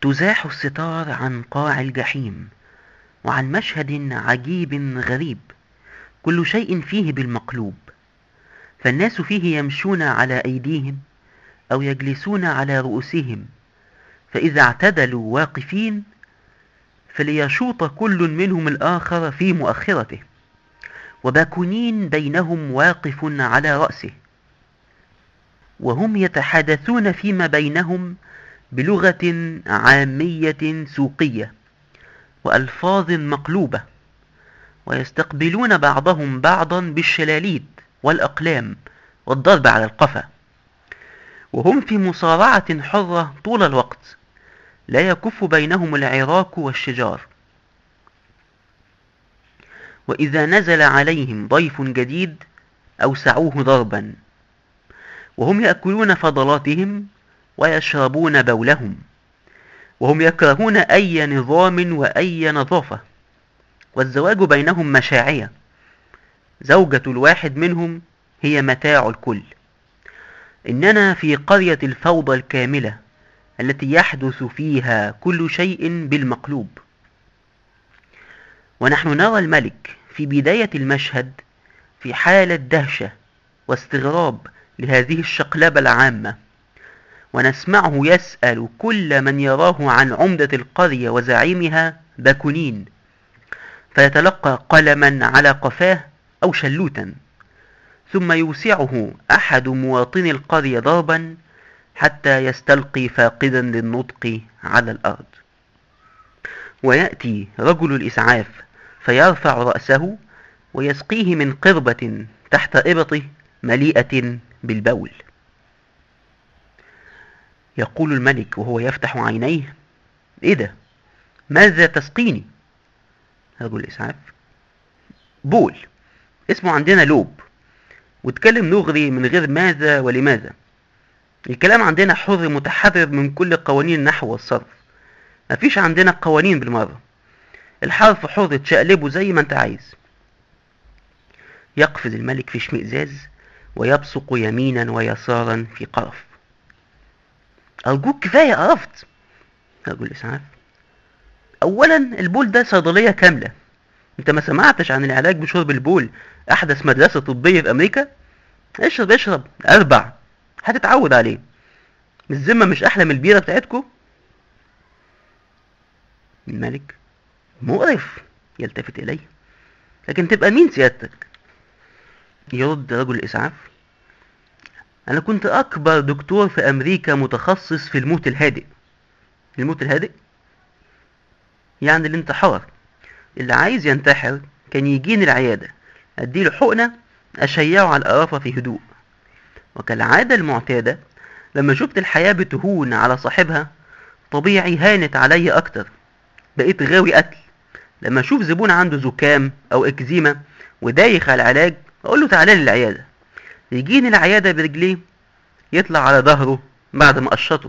تزاح الستار عن قاع الجحيم، وعن مشهد عجيب غريب كل شيء فيه بالمقلوب. فالناس فيه يمشون على أيديهم أو يجلسون على رؤوسهم، فإذا اعتدلوا واقفين فليشوط كل منهم الآخر في مؤخرته، وباكونين بينهم واقف على رأسه، وهم يتحدثون فيما بينهم بلغة عامية سوقية وألفاظ مقلوبة، ويستقبلون بعضهم بعضا بالشلاليت والأقلام والضرب على القفا، وهم في مصارعة حرة طول الوقت، لا يكف بينهم العراك والشجار. وإذا نزل عليهم ضيف جديد أوسعوه ضربا، وهم يأكلون فضلاتهم ويشربون بولهم، وهم يكرهون أي نظام وأي نظافة، والزواج بينهم مشاعية، زوجة الواحد منهم هي متاع الكل. إننا في قرية الفوضى الكاملة التي يحدث فيها كل شيء بالمقلوب. ونحن نرى الملك في بداية المشهد في حالة دهشة واستغراب لهذه الشقلبة العامة، ونسمعه يسأل كل من يراه عن عمدة القرية وزعيمها باكونين، فيتلقى قلما على قفاه أو شلوتا، ثم يوسعه أحد مواطني القرية ضربا حتى يستلقي فاقدا للنطق على الأرض. ويأتي رجل الإسعاف فيرفع رأسه ويسقيه من قربة تحت إبطه مليئة بالبول. يقول الملك وهو يفتح عينيه: إيه ده؟ ماذا تسقيني؟ رجل الإسعاف: بول، اسمه عندنا لوب، واتكلم نغري من غير ماذا ولماذا. الكلام عندنا حر متحرر من كل قوانين النحو والصرف، مفيش عندنا قوانين بالمرة، الحرف حر تشقلبه زي ما انت عايز. يقفز الملك في اشمئزاز ويبصق يمينا ويسارا في قرف. أرجوك كفاية قرفت. رجل الإسعاف: أولا البول ده صيدلية كاملة، انت ما سمعتش عن العلاج بشرب البول أحدث مدرسة طبية في أمريكا؟ اشرب أربع، هتتعود عليه. الذمة مش أحلى من البيرة بتاعتكو؟ الملك: مقرف. يلتفت إليه: لكن تبقى مين سيادتك؟ يرد رجل الإسعاف: أنا كنت أكبر دكتور في أمريكا متخصص في الموت الهادئ. الموت الهادئ يعني الانتحار. اللي عايز ينتحر كان يجيني العيادة، أديله حقنة أشيعه على القرافة في هدوء. وكالعادة المعتادة لما شفت الحياة بتهون على صاحبها، طبيعي هانت علي أكتر، بقيت غاوي قتل. لما أشوف زبون عنده زكام أو إكزيما ودايخ على العلاج أقول له تعالى لي العيادة، يجيني العيادة برجليه، يطلع على ظهره بعد ما قشطه.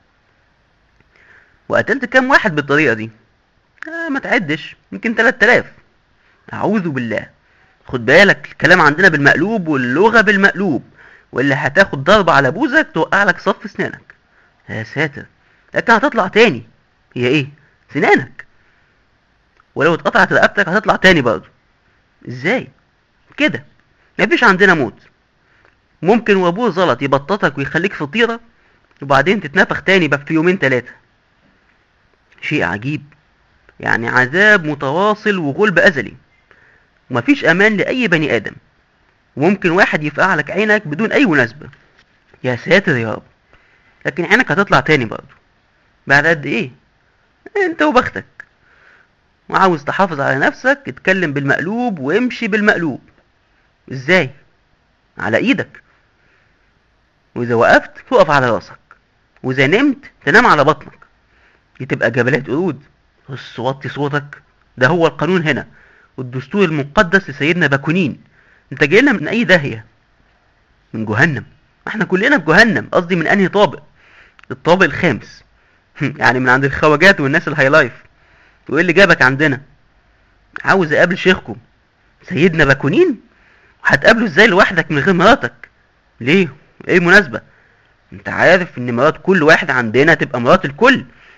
وقتلت كام واحد بالطريقة دي؟ ما تعدش، يمكن 3000. أعوذ بالله. خد بالك، الكلام عندنا بالمقلوب واللغة بالمقلوب، واللي هتاخد ضربة على بوزك توقع لك صف اسنانك. يا ساتر، لكن هتطلع تاني. هي ايه؟ سنانك. ولو اتقطعت رقبتك هتطلع تاني برضه. ازاي كده؟ مفيش عندنا موت. ممكن وابوه زلط يبططك ويخليك فطيرة، وبعدين تتنفخ تاني بقى في يومين 3. شيء عجيب، يعني عذاب متواصل وغلب أزلي، ومفيش أمان لأي بني آدم، وممكن واحد يفقع لك عينك بدون أي مناسبة. يا ساتر يا رب. لكن عينك هتطلع تاني برضه. بعد قد إيه؟ أنت وبختك. وعاوز تحافظ على نفسك، اتكلم بالمقلوب وامشي بالمقلوب. إزاي؟ على إيدك، وإذا وقفت تقف على راسك، وإذا نمت تنام على بطنك. دي تبقى جبلات قرود. بص، وطي صوتك، ده هو القانون هنا، والدستور المقدس لسيدنا باكونين. انت جايلنا من اي داهية؟ من جهنم. احنا كلنا في جهنم، قصدي من انهي طابق؟ الطابق الخامس. يعني من عند الخواجات والناس الهاي لايف. وايه اللي جابك عندنا؟ عاوز اقابل شيخكم سيدنا باكونين. هتقابله ازاي لوحدك من غير مراتك؟ ليه؟ ايه المناسبة؟ انت عارف ان مرات كل واحد عندنا تبقى مرات الكل،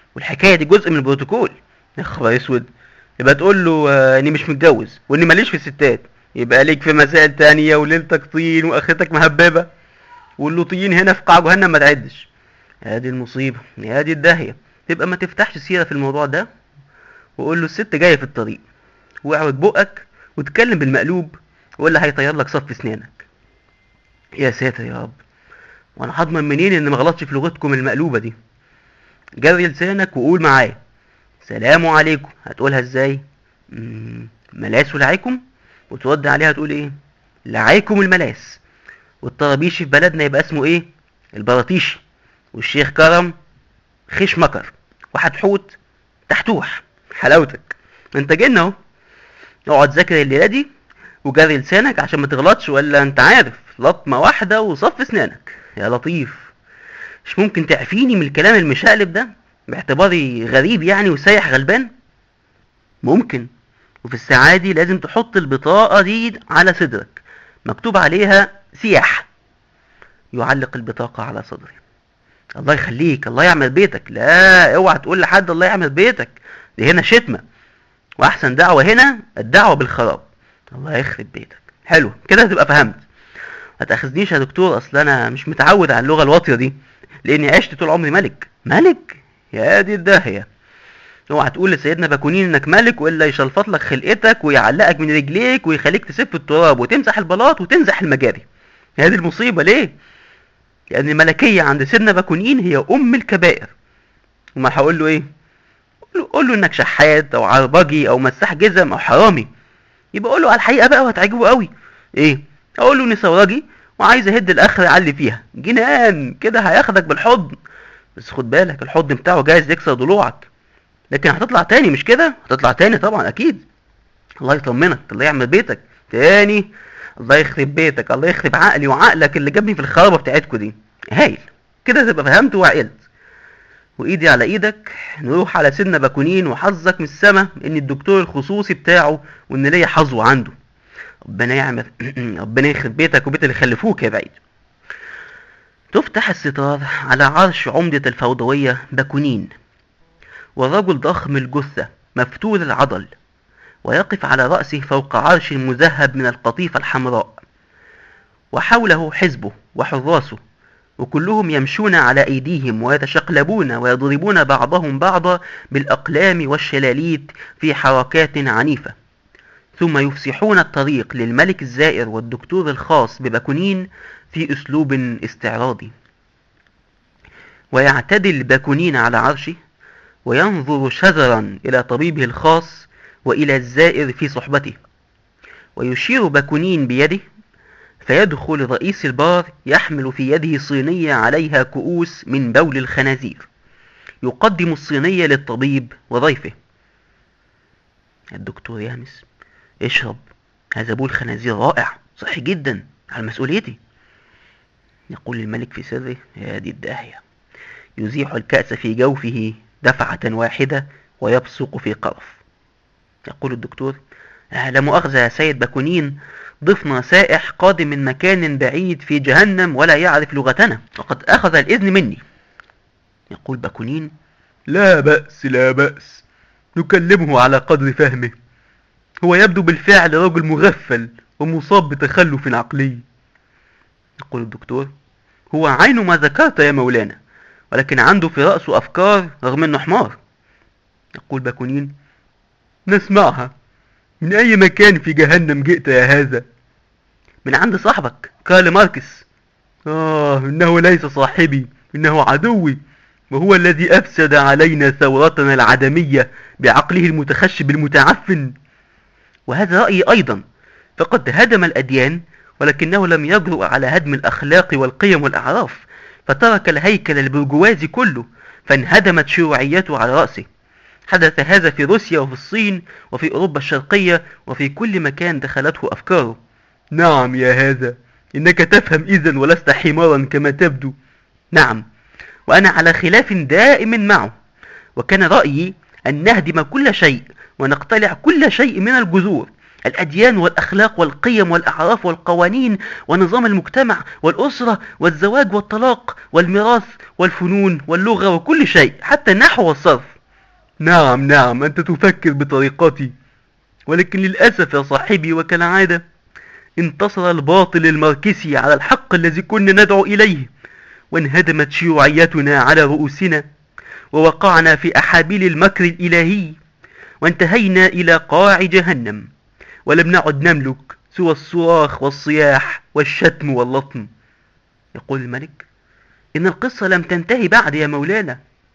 والحكاية دي جزء من البروتوكول. يا خبر اسود. يبقى تقول له اني مش متجوز واني ماليش في الستات، يبقى ليك في مسائل تانية وليلتك طين واخرتك مهببة، واللوطيين هنا في قاع جهنم ما تعدش. ادي المصيبة، ادي الداهية. تبقى ما تفتحش سيرة في الموضوع ده، وقول له الست جاية في الطريق، واعوج بقك وتكلم بالمقلوب، ولا هيطير لك صف اسنانك. يا ساتر يا رب، وانا هضمن منين ان ما غلطش في لغتكم المقلوبة دي؟ جري لسانك وقول معايا سلام عليكم. هتقولها ازاي؟ ملاس ولعيكم. وترد عليها تقول ايه؟ لعيكم الملاس. والطرابيشي في بلدنا يبقى اسمه ايه؟ البراطيشي. والشيخ كرم خيش مكر. وحتحوت تحتوح. حلاوتك انت جن اهو. اقعد ذاكر الليله دي وجري لسانك عشان ما تغلطش، ولا انت عارف لطمه واحده وصف اسنانك. يا لطيف، مش ممكن تعفيني من الكلام المشقلب ده باعتباري غريب يعني وسايح غلبان؟ ممكن. وفي الساعة دي لازم تحط البطاقة دي على صدرك، مكتوب عليها سياح. يعلق البطاقة على صدري. الله يخليك، الله يعمل بيتك. لا اوعى تقول لحد الله يعمل بيتك، دي هنا شتمة. واحسن دعوة هنا الدعوة بالخراب. الله يخرب بيتك. حلو كده تبقى فهمت. ما تاخذنيش يا دكتور، اصل انا مش متعود على اللغة الواطية دي، لاني عشت طول عمري ملك. ملك؟ يا دي الداهية. اوعى تقول لسيدنا باكونين انك ملك، والا يشلفط لك خلقتك ويعلقك من رجليك ويخليك تسف التراب وتمسح البلاط وتنزح المجاري. هذه المصيبة ليه؟ لان الملكية عند سيدنا باكونين هي ام الكبائر. وما هقول له ايه؟ قول له انك شحات او عربجي او مساح جزم او حرامي. يبقى قول له على الحقيقة بقى وهتعجبه قوي. ايه؟ اقول له اني ثورجي وعايز اهد الاخر يعلي فيها. جنان كده هياخدك بالحضن، بس خد بالك الحضن بتاعه جايز يكسر ضلوعك. لكن هتطلع تاني مش كده؟ هتطلع تاني طبعا اكيد. الله يطمنك، الله يعمل بيتك تاني. الله يخرب بيتك، الله يخرب عقلي وعقلك اللي جابني في الخرابه بتاعتكوا دي. هايل كده تبقى فهمت وعقلت. وايدي على ايدك نروح على سيدنا باكونين، وحظك من السما ان الدكتور الخصوصي بتاعه وان ليا حظوه عنده. ربنا يعمل ربنا يخرب بيتك وبيت اللي خلفوك يا بعيد. تفتح الستار على عرش عمدة الفوضوية باكونين، والرجل ضخم الجثة مفتول العضل، ويقف على رأسه فوق عرش مذهب من القطيفة الحمراء، وحوله حزبه وحراسه، وكلهم يمشون على أيديهم ويتشقلبون ويضربون بعضهم بعضا بالأقلام والشلاليت في حركات عنيفة، ثم يفسحون الطريق للملك الزائر والدكتور الخاص بباكونين في أسلوب استعراضي. ويعتدل باكونين على عرشه وينظر شذرا إلى طبيبه الخاص وإلى الزائر في صحبته، ويشير باكونين بيده، فيدخل رئيس البار يحمل في يده صينية عليها كؤوس من بول الخنازير، يقدم الصينية للطبيب وضيفه. الدكتور يهمس: اشرب، هذا بول خنازير رائع صحي جدا، على مسؤوليتي. يقول الملك في سره: يا دي الداهية. يزيح الكأس في جوفه دفعة واحدة ويبصق في قرف. يقول الدكتور: لا مؤاخذة يا سيد باكونين، ضفنا سائح قادم من مكان بعيد في جهنم ولا يعرف لغتنا، وقد أخذ الإذن مني. يقول باكونين: لا بأس لا بأس، نكلمه على قدر فهمه، هو يبدو بالفعل رجل مغفل ومصاب بتخلف عقلي. يقول الدكتور: هو عين ما ذكرت يا مولانا، ولكن عنده في رأسه أفكار رغم أنه حمار. يقول باكونين: نسمعها. من أي مكان في جهنم جئت يا هذا؟ من عند صاحبك كارل ماركس. إنه ليس صاحبي، إنه عدوي، وهو الذي أفسد علينا ثورتنا العدمية بعقله المتخشب المتعفن. وهذا رأيي أيضا، فقد هدم الأديان ولكنه لم يجرؤ على هدم الأخلاق والقيم والأعراف، فترك الهيكل البرجوازي كله فانهدمت شيوعيته على رأسه. حدث هذا في روسيا وفي الصين وفي أوروبا الشرقية وفي كل مكان دخلته أفكاره. نعم يا هذا، إنك تفهم إذن ولست حمارا كما تبدو. نعم، وأنا على خلاف دائم معه، وكان رأيي أن نهدم كل شيء ونقتلع كل شيء من الجذور، الأديان والأخلاق والقيم والأعراف والقوانين ونظام المجتمع والأسرة والزواج والطلاق والميراث والفنون واللغة وكل شيء، حتى النحو والصرف. نعم نعم، أنت تفكر بطريقتي، ولكن للأسف يا صاحبي وكالعادة انتصر الباطل الماركسي على الحق الذي كنا ندعو إليه، وانهدمت شيوعيتنا على رؤوسنا، ووقعنا في أحابيل المكر الإلهي، وانتهينا إلى قاع جهنم، ولم نعد نملك سوى الصراخ والصياح والشتم واللطم. يقول الملك: إن القصة لم تنتهي بعد يا مولانا.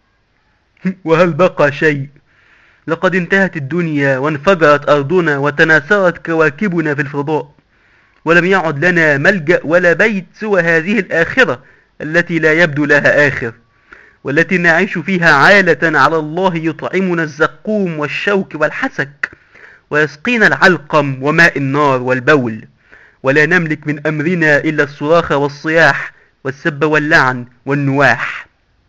وهل بقى شيء؟ لقد انتهت الدنيا وانفجرت أرضنا وتناثرت كواكبنا في الفضاء، ولم يعد لنا ملجأ ولا بيت سوى هذه الآخرة التي لا يبدو لها آخر، والتي نعيش فيها عالة على الله يطعمنا الزقوم والشوك والحسك، ويسقينا العلقم وماء النار والبول، ولا نملك من أمرنا إلا الصراخ والصياح والسب واللعن والنواح،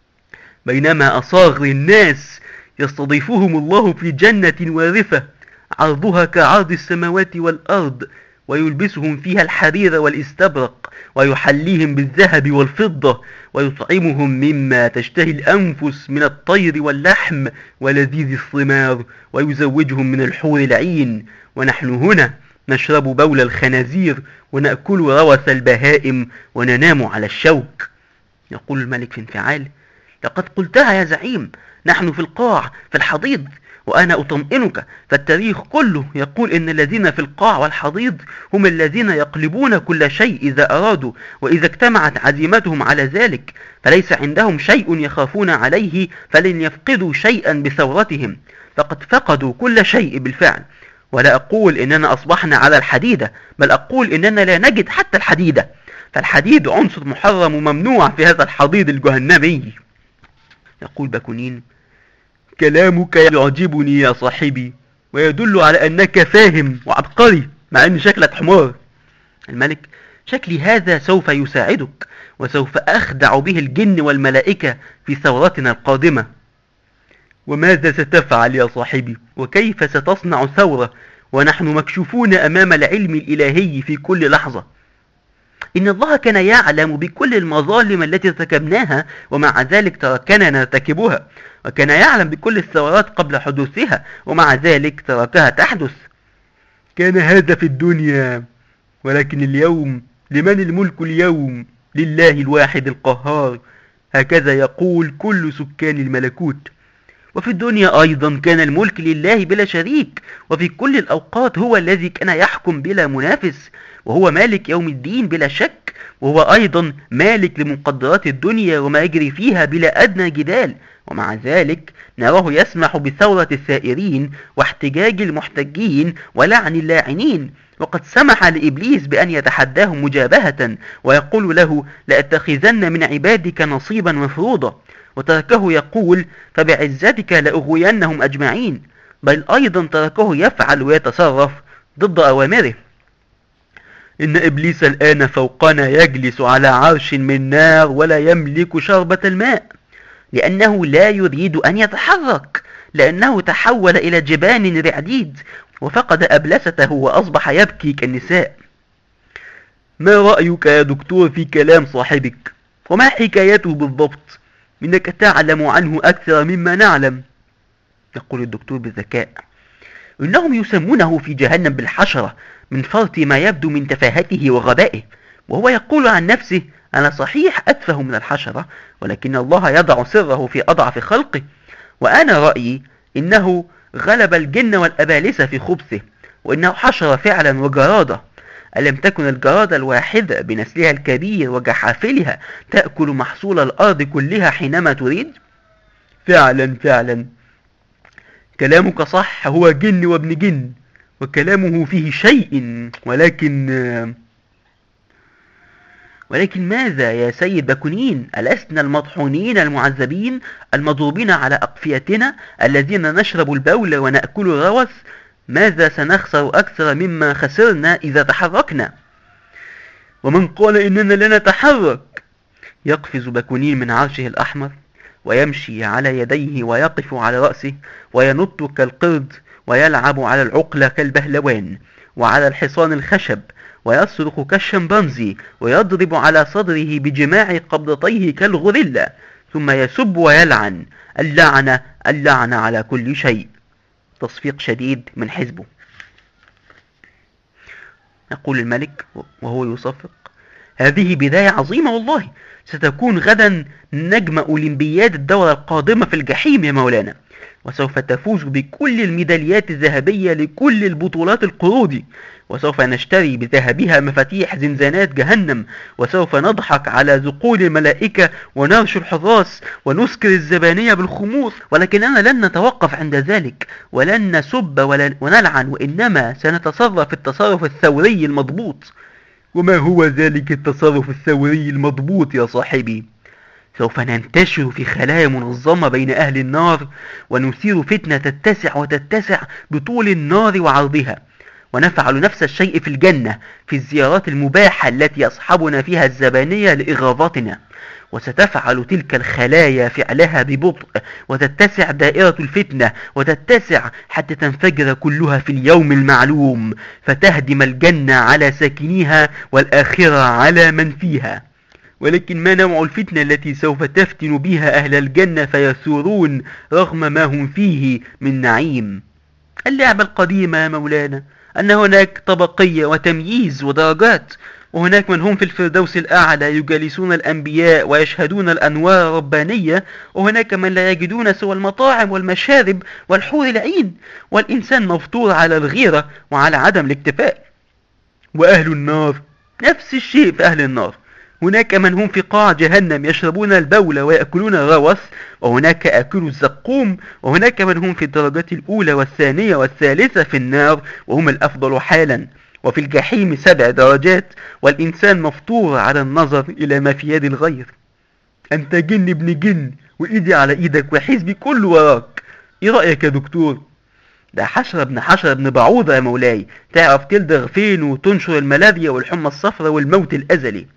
بينما أصاغ الناس يستضيفهم الله في جنة وارفة عرضها كعرض السماوات والأرض، ويلبسهم فيها الحرير والاستبرق، ويحليهم بالذهب والفضة، ويطعمهم مما تشتهي الأنفس من الطير واللحم ولذيذ الثمار، ويزوجهم من الحور العين، ونحن هنا نشرب بول الخنازير ونأكل روث البهائم وننام على الشوك. يقول الملك في انفعال: لقد قلتها يا زعيم، نحن في القاع في الحضيض، وأنا أطمئنك، فالتاريخ كله يقول إن الذين في القاع والحضيض هم الذين يقلبون كل شيء إذا أرادوا، وإذا اجتمعت عزيمتهم على ذلك فليس عندهم شيء يخافون عليه، فلن يفقدوا شيئا بثورتهم، فقد فقدوا كل شيء بالفعل. ولا أقول إننا أصبحنا على الحديدة، بل أقول إننا لا نجد حتى الحديدة، فالحديد عنصر محرم وممنوع في هذا الحضيض الجهنمي. يقول باكونين: كلامك يعجبني يا صاحبي، ويدل على أنك فاهم وعبقري، مع أن شكلك حمار. الملك: شكلي هذا سوف يساعدك، وسوف أخدع به الجن والملائكة في ثورتنا القادمة. وماذا ستفعل يا صاحبي؟ وكيف ستصنع ثورة ونحن مكشوفون أمام العلم الإلهي في كل لحظة؟ إن الله كان يعلم بكل المظالم التي ارتكبناها، ومع ذلك تركنا نرتكبها، وكان يعلم بكل الثورات قبل حدوثها، ومع ذلك تركها تحدث. كان هذا في الدنيا، ولكن اليوم لمن الملك اليوم؟ لله الواحد القهار، هكذا يقول كل سكان الملكوت. وفي الدنيا أيضا كان الملك لله بلا شريك، وفي كل الأوقات هو الذي كان يحكم بلا منافس، وهو مالك يوم الدين بلا شك، وهو أيضا مالك لمقدرات الدنيا وما يجري فيها بلا أدنى جدال، ومع ذلك نراه يسمح بثورة الثائرين واحتجاج المحتجين ولعن اللاعنين، وقد سمح لإبليس بأن يتحداهم مجابهة ويقول له: لأتخذن من عبادك نصيبا مفروضا، وتركه يقول: فبعزتك لأغوينهم أجمعين، بل أيضا تركه يفعل ويتصرف ضد أوامره. إن إبليس الآن فوقنا يجلس على عرش من نار ولا يملك شربة الماء، لأنه لا يريد أن يتحرك، لأنه تحول إلى جبان رعديد وفقد أبلسته وأصبح يبكي كالنساء. ما رأيك يا دكتور في كلام صاحبك؟ وما حكايته بالضبط؟ إنك تعلم عنه أكثر مما نعلم. يقول الدكتور بذكاء: إنهم يسمونه في جهنم بالحشرة من فرط ما يبدو من تفاهته وغبائه، وهو يقول عن نفسه: أنا صحيح أتفه من الحشرة، ولكن الله يضع سره في أضعف خلقه، وأنا رأيي إنه غلب الجن والأبالسة في خبثه، وإنه حشرة فعلا وجرادة. ألم تكن الجرادة الواحدة بنسلها الكبير وجحافلها تأكل محصول الأرض كلها حينما تريد؟ فعلا فعلا كلامك صح، هو جن وابن جن، وكلامه فيه شيء، ولكن ماذا يا سيد باكونين؟ ألسنا المطحونين المعذبين المضروبين على أقفيتنا الذين نشرب البول ونأكل الروث؟ ماذا سنخسر أكثر مما خسرنا إذا تحركنا؟ ومن قال إننا لا نتحرك؟ يقفز باكونين من عرشه الأحمر ويمشي على يديه ويقف على رأسه وينط كالقرد ويلعب على العقلة كالبهلوان، وعلى الحصان الخشب، ويصرخ كالشمبانزي، ويضرب على صدره بجماع قبضتيه كالغوريلا، ثم يسب ويلعن اللعنة اللعنة على كل شيء. تصفيق شديد من حزبه. يقول الملك وهو يصفق: هذه بداية عظيمة والله، ستكون غدا نجم أولمبياد الدورة القادمة في الجحيم يا مولانا، وسوف تفوز بكل الميداليات الذهبية لكل البطولات القرود، وسوف نشتري بذهبها مفاتيح زنزانات جهنم، وسوف نضحك على ذقول الملائكة ونرش الحراس ونسكر الزبانية بالخمور. ولكننا لن نتوقف عند ذلك، ولن نسب ونلعن، وإنما سنتصرف التصرف الثوري المضبوط. وما هو ذلك التصرف الثوري المضبوط يا صاحبي؟ سوف ننتشر في خلايا منظمة بين أهل النار، ونثير فتنة تتسع وتتسع بطول النار وعرضها، ونفعل نفس الشيء في الجنة في الزيارات المباحة التي يصحبنا فيها الزبانية لإغاظتنا، وستفعل تلك الخلايا فعلها ببطء، وتتسع دائرة الفتنة وتتسع حتى تنفجر كلها في اليوم المعلوم، فتهدم الجنة على ساكنيها والآخرة على من فيها. ولكن ما نوع الفتنة التي سوف تفتن بها أهل الجنة فيثورون رغم ما هم فيه من نعيم؟ اللعبة القديمة يا مولانا، أن هناك طبقية وتمييز ودرجات، وهناك من هم في الفردوس الأعلى يجالسون الأنبياء ويشهدون الأنوار الربانية، وهناك من لا يجدون سوى المطاعم والمشارب والحور العين، والإنسان مفطور على الغيرة وعلى عدم الاكتفاء. وأهل النار نفس الشيء في أهل النار، هناك من هم في قاع جهنم يشربون البول ويأكلون الروث، وهناك آكل الزقوم، وهناك من هم في الدرجات الأولى والثانية والثالثة في النار وهم الأفضل حالا. وفي الجحيم 7 درجات، والإنسان مفطور على النظر إلى ما في يد الغير. أنت جن ابن جن، وإيدي على إيدك وحزبي كله وراك. إيه رأيك يا دكتور؟ ده حشرة ابن بعوضة يا مولاي، تعرف تلدغ فين وتنشر الملاريا والحمى الصفراء والموت الأزلي.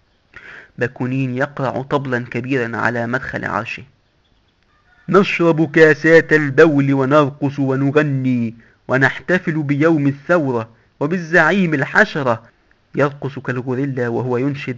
باكونين يقرع طبلا كبيرا على مدخل عرشه: نشرب كاسات البول ونرقص ونغني ونحتفل بيوم الثورة وبالزعيم الحشرة، يرقص كالغوريلا وهو ينشد: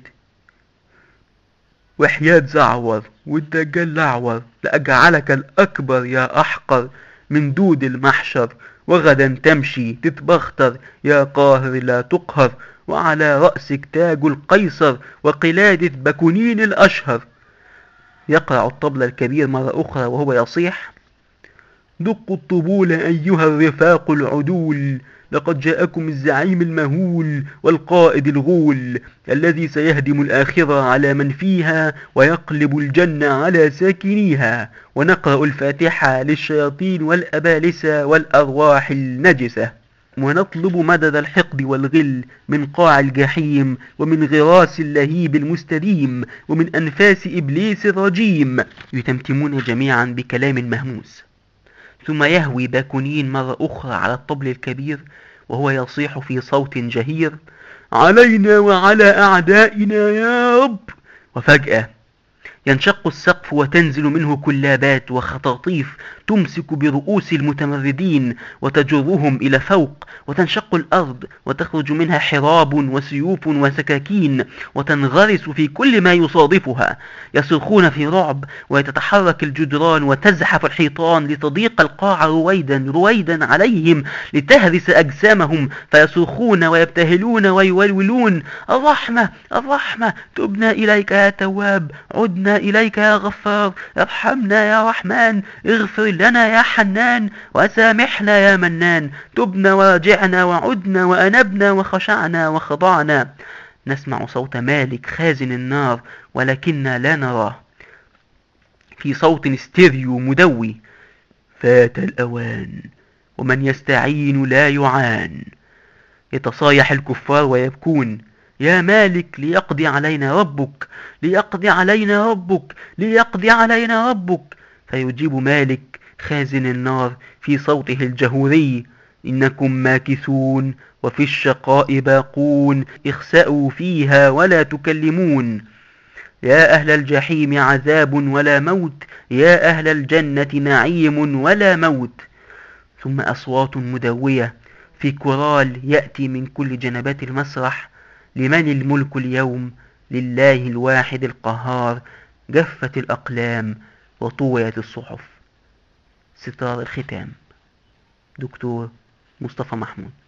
وحياة زعور والدجال الأعور لأجعلك الأكبر يا أحقر من دود المحشر، وغدا تمشي تتبختر يا قاهر لا تقهر، وعلى رأسك تاج القيصر وقلادة باكونين الأشهر. يقرع الطبل الكبير مرة أخرى وهو يصيح: دقوا الطبول أيها الرفاق العدول، لقد جاءكم الزعيم المهول والقائد الغول، الذي سيهدم الآخرة على من فيها ويقلب الجنة على ساكنيها. ونقرأ الفاتحة للشياطين والأبالسة والأرواح النجسة، ونطلب مدد الحقد والغل من قاع الجحيم، ومن غراس اللهيب المستديم، ومن أنفاس إبليس الرجيم. يتمتمون جميعا بكلام مهموس، ثم يهوي باكونين مرة أخرى على الطبل الكبير وهو يصيح في صوت جهير: علينا وعلى أعدائنا يا رب. وفجأة ينشق السقف وتنزل منه كلابات وخطاطيف تمسك برؤوس المتمردين وتجرهم إلى فوق، وتنشق الأرض وتخرج منها حراب وسيوف وسكاكين وتنغرس في كل ما يصادفها. يصرخون في رعب، ويتتحرك الجدران وتزحف الحيطان لتضيق القاع رويدا رويدا عليهم لتهرس أجسامهم، فيصرخون ويبتهلون ويولولون: الرحمة الرحمة، تبنا إليك يا تواب، عدنا إليك يا غفار، ارحمنا يا رحمن، اغفر لنا يا حنان، وسامحنا يا منان، تبنا ورجعنا وعدنا وأنبنا وخشعنا وخضعنا. نسمع صوت مالك خازن النار ولكننا لا نراه، في صوت استيريو مدوي: فات الأوان، ومن يستعين لا يعان. يتصايح الكفار ويبكون: يا مالك ليقضي علينا ربك، ليقضي علينا ربك، ليقضي علينا ربك. فيجيب مالك خازن النار في صوته الجهوري: إنكم ماكثون وفي الشقاء باقون، اخسأوا فيها ولا تكلمون. يا أهل الجحيم عذاب ولا موت، يا أهل الجنة نعيم ولا موت. ثم أصوات مدوية: في كورال يأتي من كل جنبات المسرح. لمن الملك اليوم؟ لله الواحد القهار. جفت الأقلام وطويت الصحف. ستار الختام. دكتور مصطفى محمود.